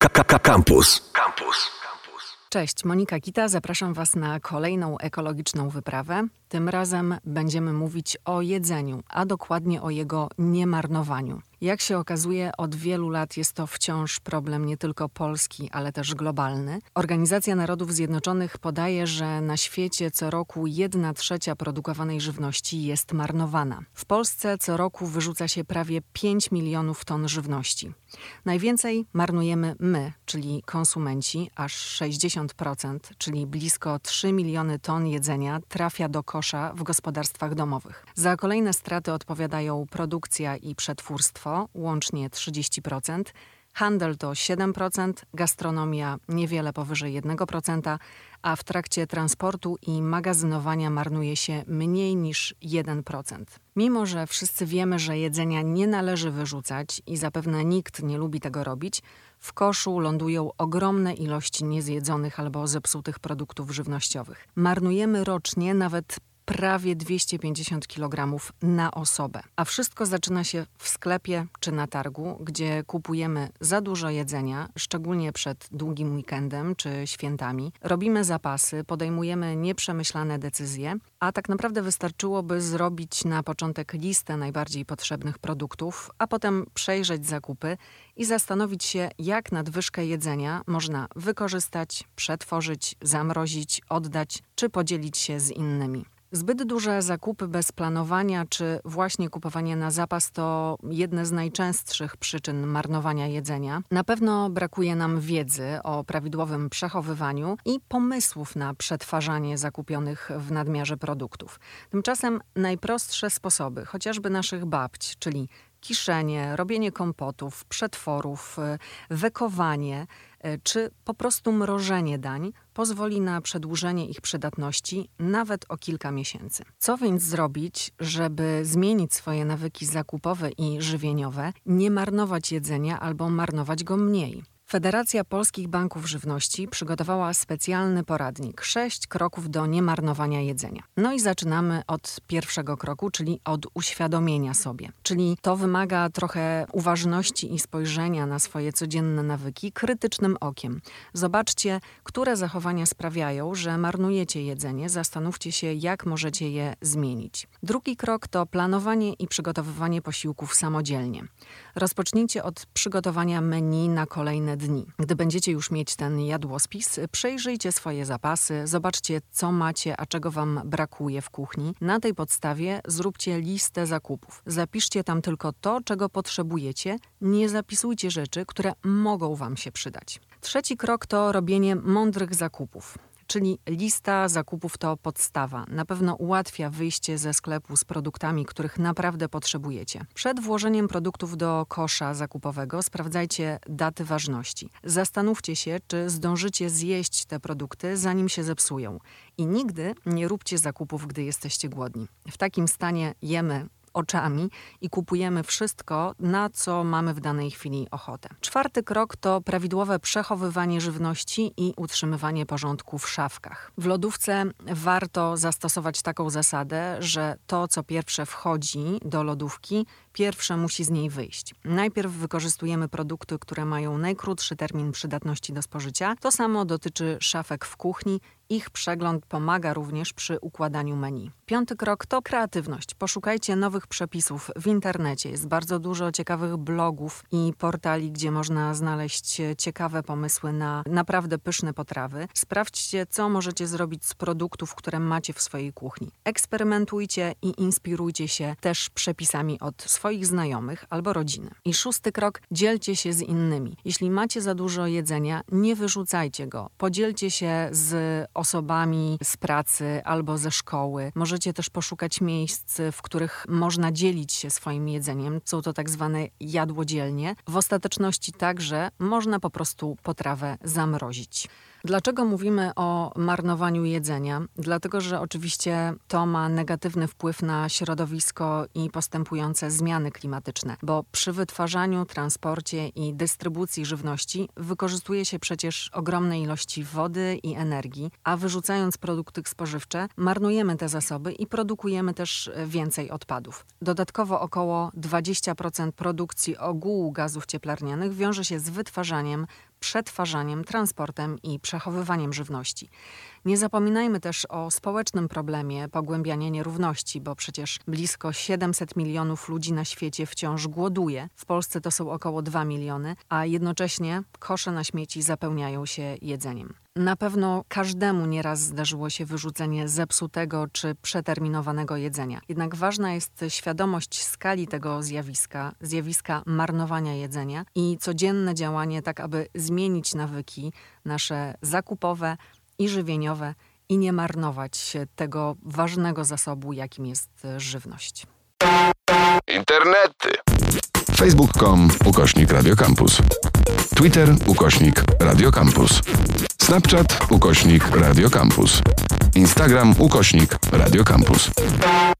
Campus. Cześć, Monika Kita, zapraszam Was na kolejną ekologiczną wyprawę. Tym razem będziemy mówić o jedzeniu, a dokładnie o jego niemarnowaniu. Jak się okazuje, od wielu lat jest to wciąż problem nie tylko polski, ale też globalny. Organizacja Narodów Zjednoczonych podaje, że na świecie co roku 1/3 produkowanej żywności jest marnowana. W Polsce co roku wyrzuca się prawie 5 milionów ton żywności. Najwięcej marnujemy my, czyli konsumenci, aż 60%, czyli blisko 3 miliony ton jedzenia trafia do kosza w gospodarstwach domowych. Za kolejne straty odpowiadają produkcja i przetwórstwo, łącznie 30%, handel to 7%, gastronomia niewiele powyżej 1%, a w trakcie transportu i magazynowania marnuje się mniej niż 1%. Mimo że wszyscy wiemy, że jedzenia nie należy wyrzucać i zapewne nikt nie lubi tego robić, w koszu lądują ogromne ilości niezjedzonych albo zepsutych produktów żywnościowych. Marnujemy rocznie nawet prawie 250 kg na osobę. A wszystko zaczyna się w sklepie czy na targu, gdzie kupujemy za dużo jedzenia, szczególnie przed długim weekendem czy świętami. Robimy zapasy, podejmujemy nieprzemyślane decyzje, a tak naprawdę wystarczyłoby zrobić na początek listę najbardziej potrzebnych produktów, a potem przejrzeć zakupy i zastanowić się, jak nadwyżkę jedzenia można wykorzystać, przetworzyć, zamrozić, oddać czy podzielić się z innymi. Zbyt duże zakupy bez planowania czy właśnie kupowanie na zapas to jedne z najczęstszych przyczyn marnowania jedzenia. Na pewno brakuje nam wiedzy o prawidłowym przechowywaniu i pomysłów na przetwarzanie zakupionych w nadmiarze produktów. Tymczasem najprostsze sposoby, chociażby naszych babć, czyli kiszenie, robienie kompotów, przetworów, wekowanie czy po prostu mrożenie dań pozwoli na przedłużenie ich przydatności nawet o kilka miesięcy. Co więc zrobić, żeby zmienić swoje nawyki zakupowe i żywieniowe, nie marnować jedzenia albo marnować go mniej? Federacja Polskich Banków Żywności przygotowała specjalny poradnik 6 kroków do niemarnowania jedzenia. No i zaczynamy od pierwszego kroku, czyli od uświadomienia sobie. Czyli to wymaga trochę uważności i spojrzenia na swoje codzienne nawyki krytycznym okiem. Zobaczcie, które zachowania sprawiają, że marnujecie jedzenie. Zastanówcie się, jak możecie je zmienić. Drugi krok to planowanie i przygotowywanie posiłków samodzielnie. Rozpocznijcie od przygotowania menu na kolejne dni. Gdy będziecie już mieć ten jadłospis, przejrzyjcie swoje zapasy, zobaczcie, co macie, a czego wam brakuje w kuchni. Na tej podstawie zróbcie listę zakupów. Zapiszcie tam tylko to, czego potrzebujecie. Nie zapisujcie rzeczy, które mogą wam się przydać. Trzeci krok to robienie mądrych zakupów. Czyli lista zakupów to podstawa. Na pewno ułatwia wyjście ze sklepu z produktami, których naprawdę potrzebujecie. Przed włożeniem produktów do kosza zakupowego sprawdzajcie daty ważności. Zastanówcie się, czy zdążycie zjeść te produkty, zanim się zepsują. I nigdy nie róbcie zakupów, gdy jesteście głodni. W takim stanie jemy oczami i kupujemy wszystko, na co mamy w danej chwili ochotę. Czwarty krok to prawidłowe przechowywanie żywności i utrzymywanie porządku w szafkach. W lodówce warto zastosować taką zasadę, że to, co pierwsze wchodzi do lodówki, pierwsze musi z niej wyjść. Najpierw wykorzystujemy produkty, które mają najkrótszy termin przydatności do spożycia. To samo dotyczy szafek w kuchni. Ich przegląd pomaga również przy układaniu menu. Piąty krok to kreatywność. Poszukajcie nowych przepisów w internecie. Jest bardzo dużo ciekawych blogów i portali, gdzie można znaleźć ciekawe pomysły na naprawdę pyszne potrawy. Sprawdźcie, co możecie zrobić z produktów, które macie w swojej kuchni. Eksperymentujcie i inspirujcie się też przepisami od swoich znajomych albo rodziny. I szósty krok, dzielcie się z innymi. Jeśli macie za dużo jedzenia, nie wyrzucajcie go. Podzielcie się z osobami z pracy albo ze szkoły. Możecie też poszukać miejsc, w których można dzielić się swoim jedzeniem. Są to tak zwane jadłodzielnie. W ostateczności także można po prostu potrawę zamrozić. Dlaczego mówimy o marnowaniu jedzenia? Dlatego, że oczywiście to ma negatywny wpływ na środowisko i postępujące zmiany klimatyczne, bo przy wytwarzaniu, transporcie i dystrybucji żywności wykorzystuje się przecież ogromne ilości wody i energii, a wyrzucając produkty spożywcze marnujemy te zasoby i produkujemy też więcej odpadów. Dodatkowo około 20% produkcji ogółu gazów cieplarnianych wiąże się z wytwarzaniem, przetwarzaniem, transportem i przechowywaniem żywności. Nie zapominajmy też o społecznym problemie pogłębiania nierówności, bo przecież blisko 700 milionów ludzi na świecie wciąż głoduje. W Polsce to są około 2 miliony, a jednocześnie kosze na śmieci zapełniają się jedzeniem. Na pewno każdemu nieraz zdarzyło się wyrzucenie zepsutego czy przeterminowanego jedzenia. Jednak ważna jest świadomość skali tego zjawiska marnowania jedzenia i codzienne działanie tak, aby zmienić nawyki nasze zakupowe i żywieniowe i nie marnować tego ważnego zasobu, jakim jest żywność. Internety. Facebook.com/Radio Campus. Twitter /Radio Campus. Snapchat /Radio Campus. Instagram /Radio Campus.